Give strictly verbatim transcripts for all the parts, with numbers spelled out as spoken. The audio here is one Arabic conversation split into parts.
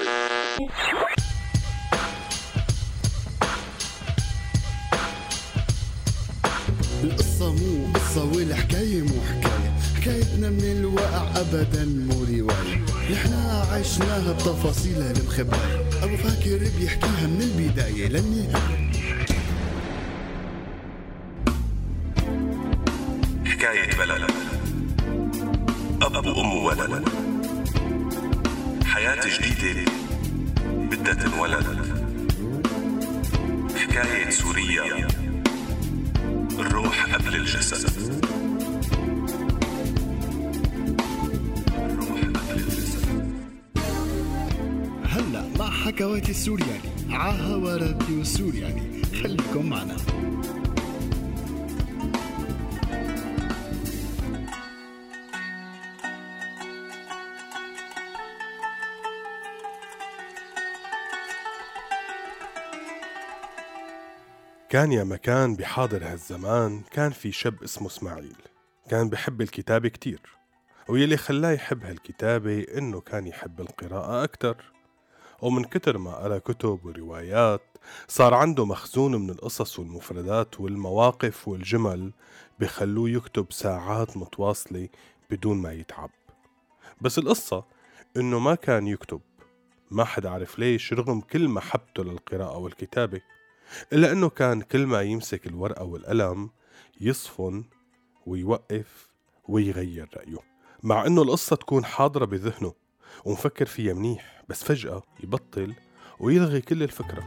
القصة مو قصة والحكاية مو حكاية، حكايتنا من الواقع أبدا مو رواية، نحنا عشناها بتفاصيلها المخباية، أبو فاكر بيحكيها من البداية للنهاية. حكاية بلد، أب وأم وولد، حياة جديدة بدها تنولد. حكاية سوريا، الروح قبل الجسد. الروح قبل الجسد. هلا مع حكواتي السورياني عاهوا راديو سورياني، خليكم معنا. كان يا مكان بحاضر هالزمان كان في شاب اسمه اسماعيل، كان بحب الكتابة كتير، ويلي خلاه يحب هالكتابة إنه كان يحب القراءة أكتر، ومن كتر ما قرأ كتب وروايات صار عنده مخزون من القصص والمفردات والمواقف والجمل بخلوه يكتب ساعات متواصلة بدون ما يتعب. بس القصة إنه ما كان يكتب، ما حد عارف ليش رغم كل محبته للقراءة والكتابة، إلا أنه كان كل ما يمسك الورقة والقلم يصفن ويوقف ويغير رأيه، مع أنه القصة تكون حاضرة بذهنه ومفكر فيها منيح، بس فجأة يبطل ويلغي كل الفكرة.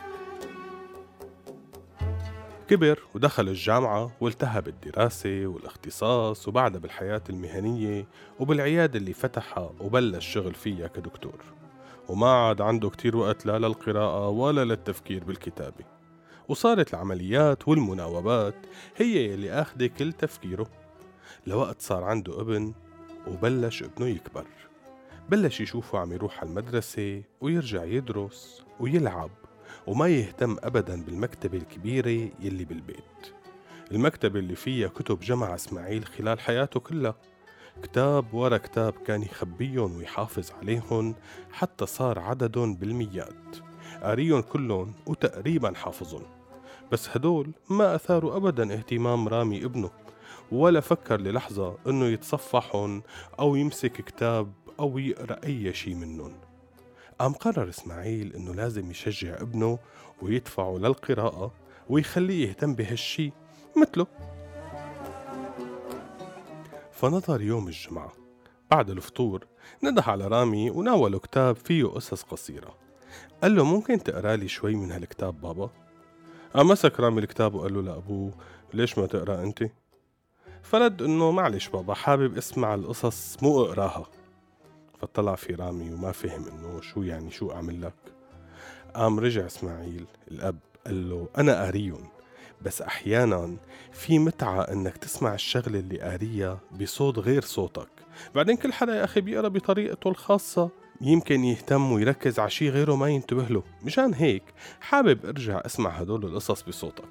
كبر ودخل الجامعة والتهى بالدراسة والاختصاص، وبعدها بالحياة المهنية وبالعيادة اللي فتحها وبلش شغل فيها كدكتور، وما عاد عنده كتير وقت لا للقراءة ولا للتفكير بالكتابة، وصارت العمليات والمناوبات هي اللي أخذ كل تفكيره. لوقت صار عنده ابن وبلش ابنه يكبر، بلش يشوفه عم يروح على المدرسة ويرجع يدرس ويلعب وما يهتم أبدا بالمكتبة الكبيرة يلي بالبيت، المكتبة اللي فيها كتب جمع اسماعيل خلال حياته كلها، كتاب ورا كتاب كان يخبيهم ويحافظ عليهم حتى صار عددهم بالميات، قاريهم كلهم وتقريبا حافظهم. بس هدول ما أثاروا أبدا اهتمام رامي ابنه، ولا فكر للحظة انه يتصفحهم او يمسك كتاب او يقرأ اي شي منهم. قام قرر اسماعيل انه لازم يشجع ابنه ويدفعه للقراءة ويخليه يهتم بهالشي مثله. فنظر يوم الجمعة بعد الفطور، نده على رامي وناوله كتاب فيه قصص قصيرة، قال له ممكن تقرأ لي شوي من هالكتاب بابا؟ قام مسك رامي الكتاب وقال له لأبوه ليش ما تقرأ أنت؟ فرد انه معلش بابا حابب اسمع القصص مو اقراها. فطلع في رامي وما فهم انه شو يعني شو اعمل لك. قام رجع اسماعيل الاب قال له انا قاريون، بس احيانا في متعة انك تسمع الشغلة اللي قاريها بصوت غير صوتك، بعدين كل حدا يا اخي بيقرا بطريقته الخاصة، يمكن يهتم ويركز على شي غيره ما ينتبه له، مشان هيك حابب ارجع اسمع هدول القصص بصوتك.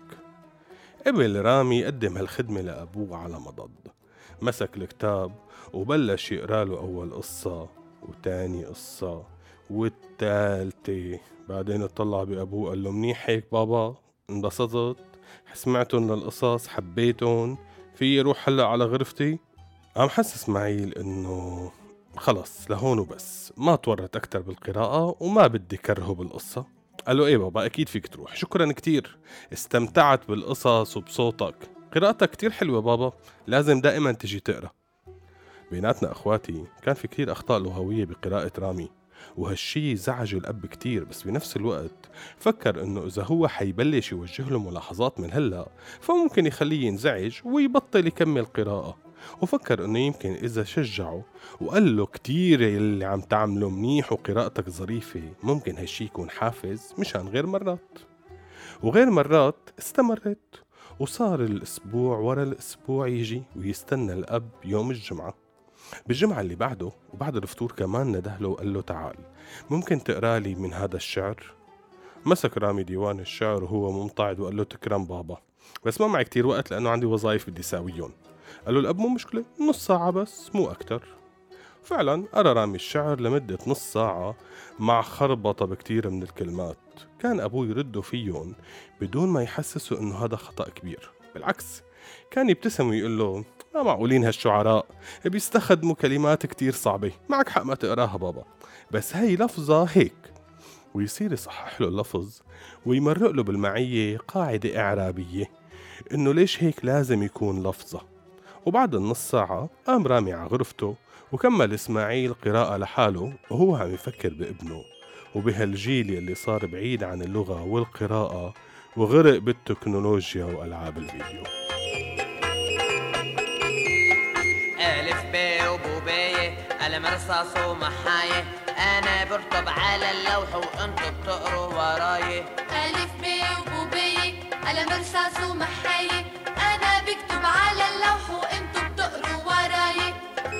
قبل رامي يقدم هالخدمة لأبوه على مضض، مسك الكتاب وبلش يقرأ له أول قصة وتاني قصة والتالتة، بعدين اطلع بأبوه قال له منيح هيك بابا؟ انبسطت؟ سمعتن للقصص؟ حبيتن؟ في روح هلأ على غرفتي؟ قام حس اسماعيل انه خلص لهون وبس، ما تورط اكتر بالقراءة وما بدي كرهه بالقصة. قال له ايه بابا اكيد فيك تروح، شكرا كتير، استمتعت بالقصص وبصوتك، قراءتك كتير حلوة بابا، لازم دائما تجي تقرأ. بيناتنا اخواتي كان في كتير اخطاء لغوية بقراءة رامي، وهالشي زعج الاب كتير، بس بنفس الوقت فكر انه اذا هو حيبلش يوجه له ملاحظات من هلا فممكن يخليه ينزعج ويبطل يكمل قراءة، وفكر انه يمكن اذا شجعه وقال له كتير اللي عم تعمله منيح وقراءتك ظريفة ممكن هالشي يكون حافز مشان غير مرات. وغير مرات استمرت، وصار الاسبوع ورا الاسبوع يجي ويستنى الاب يوم الجمعة. بالجمعة اللي بعده وبعد الفطور كمان ندهله وقال له تعال ممكن تقرأ لي من هذا الشعر؟ مسك رامي ديوان الشعر وهو ممتعض وقال له تكرم بابا، بس ما معي كتير وقت لأنه عندي وظائف بدي ساويهم. قال له الأب مو مشكلة، نص ساعة بس مو أكتر. فعلا قرأ رامي الشعر لمدة نص ساعة مع خربطة بكتير من الكلمات. كان أبوه يرده فيهم بدون ما يحسسه إنه هذا خطأ كبير، بالعكس كان يبتسم ويقول له ما معقولين هالشعراء بيستخدموا كلمات كتير صعبة، معك حق ما تقراها بابا، بس هاي لفظة هيك. ويصير يصحح له اللفظ ويمرق له بالمعية قاعدة إعرابية إنه ليش هيك لازم يكون لفظة. وبعد النص ساعة قام رامي على غرفته وكمل إسماعيل قراءة لحاله وهو عم يفكر بابنه وبهالجيل يلي صار بعيد عن اللغة والقراءة وغرق بالتكنولوجيا وألعاب الفيديو. ألف ب وبوباية قلم رصاص ومحاية، أنا برطب على اللوح وأنتوا بتقروا وراي. ألف ب وبوباية قلم رصاص ومحاية، أنا بكتب على اللوح وأنتوا بتقروا وراي.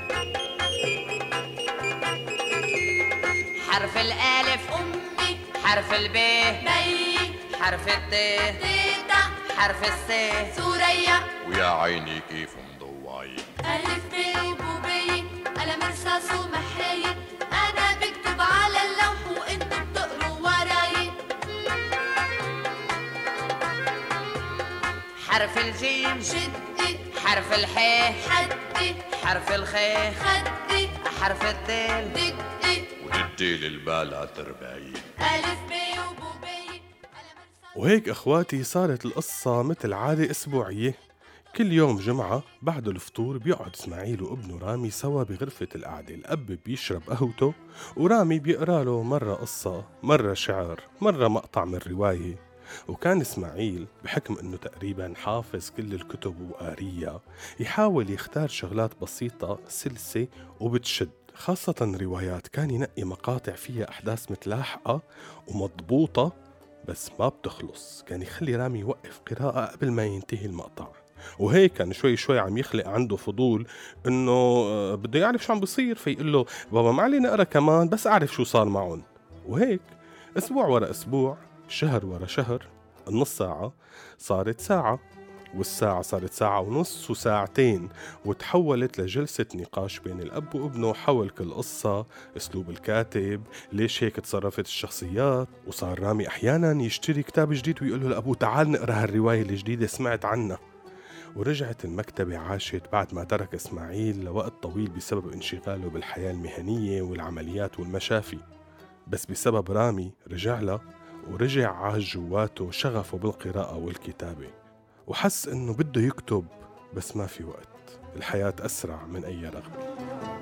حرف الألف أمي، حرف الب بي، حرف الت تيتا، حرف الس سوريا. ويا عيني كيف مضوعي. ألف ب وبوباية قلم رصاص ومحاية، أنا بكتب على اللوح وأنتوا بتقروا وراي. حرف الجيم شدي، حرف الح حدي، حرف الخ خدي، حرف الدال دقي. وتدي للبالة ترباية. ألف ب وبوباية قلم رصاص. وهيك أخواتي صارت القصة مثل عادة أسبوعية. كل يوم جمعة بعد الفطور بيقعد إسماعيل وابنه رامي سوا بغرفة القعدة. الأب بيشرب قهوته ورامي بيقرأ له مرة قصة، مرة شعر، مرة مقطع من رواية. وكان إسماعيل بحكم أنه تقريبا حافظ كل الكتب وقارية يحاول يختار شغلات بسيطة سلسة وبتشد، خاصة روايات كان ينقي مقاطع فيها أحداث متلاحقة ومضبوطة بس ما بتخلص. كان يخلي رامي يوقف قراءة قبل ما ينتهي المقطع، وهيك كان شوي شوي عم يخلق عنده فضول انه بده يعرف شو عم بيصير، فيقول له بابا ما علي نقرا كمان بس اعرف شو صار معهم. وهيك اسبوع ورا اسبوع، شهر ورا شهر، النص ساعة صارت ساعة، والساعة صارت ساعة ونص وساعتين، وتحولت لجلسة نقاش بين الأب وابنه حول كل قصة، أسلوب الكاتب، ليش هيك تصرفت الشخصيات. وصار رامي أحيانا يشتري كتاب جديد ويقول له لأبوه تعال نقرأ هالرواية الجديدة سمعت عنها. ورجعت المكتبة عاشت بعد ما ترك إسماعيل لوقت طويل بسبب انشغاله بالحياة المهنية والعمليات والمشافي، بس بسبب رامي رجع له ورجع عاش جواته شغفه بالقراءة والكتابة، وحس إنه بده يكتب بس ما في وقت. الحياة أسرع من أي رغبة.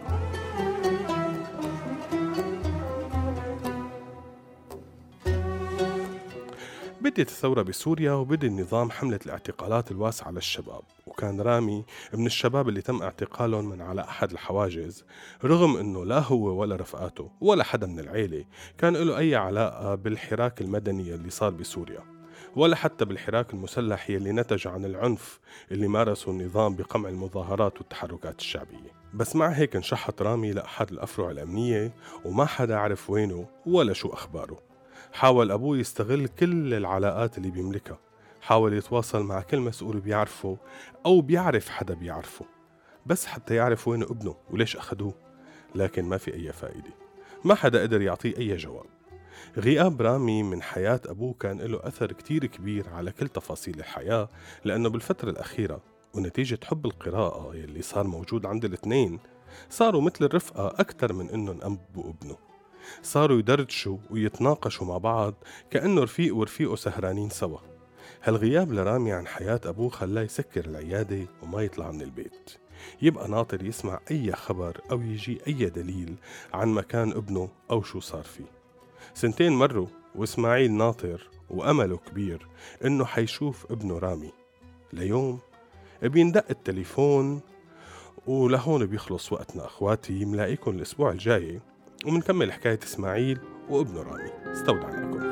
بدت الثورة بسوريا وبدأ النظام حملة الاعتقالات الواسعة على الشباب، وكان رامي من الشباب اللي تم اعتقالهم من على أحد الحواجز، رغم أنه لا هو ولا رفقاته ولا حدا من العيلة كان له أي علاقة بالحراك المدني اللي صار بسوريا، ولا حتى بالحراك المسلح اللي نتج عن العنف اللي مارسه النظام بقمع المظاهرات والتحركات الشعبية. بس مع هيك انشحط رامي لأحد الأفرع الأمنية وما حدا عرف وينه ولا شو أخباره. حاول أبوه يستغل كل العلاقات اللي بيملكها، حاول يتواصل مع كل مسؤول بيعرفه أو بيعرف حدا بيعرفه بس حتى يعرف وين ابنه وليش أخدوه، لكن ما في أي فائدة، ما حدا قدر يعطيه أي جواب. غياب رامي من حياة أبوه كان له أثر كتير كبير على كل تفاصيل الحياة، لأنه بالفترة الأخيرة ونتيجة حب القراءة يلي صار موجود عند الاثنين صاروا مثل الرفقة أكتر من إنهم أب وابنه. صاروا يدردشوا ويتناقشوا مع بعض كأنه رفيق ورفيقه سهرانين سوا. هالغياب لرامي عن حياة أبوه خلاه يسكر العيادة وما يطلع من البيت، يبقى ناطر يسمع أي خبر أو يجي أي دليل عن مكان ابنه أو شو صار فيه. سنتين مروا وإسماعيل ناطر وأمله كبير إنه حيشوف ابنه رامي، ليوم بيندق التليفون. ولهون بيخلص وقتنا أخواتي، ملاقيكم الأسبوع الجاي ومنكمل حكاية إسماعيل وابنه رامي. استودعناكم.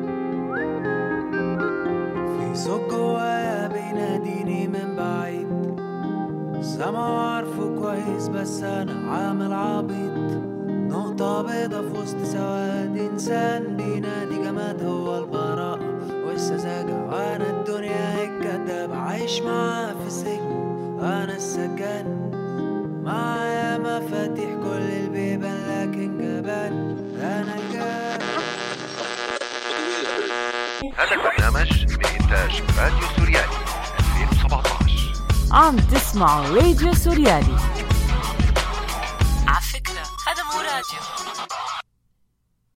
في صوت جوايا بيناديني من بعيد، سامعه عارفه كويس بس أنا عامل عبيط، نقطة بيضة في وسط سواد، إنسان بينادي جماد هو البراءة والسذاجة، وأنا الدنيا الكداب عايش معاه في السجن، أنا السجان معايا مفاتيح كل البيت، هذا البرنامج من إنتاج راديو سوريالي ألفين وسبعة عشر. عم تسمعوا راديو سوريالي. على فكرة هذا مو راديو.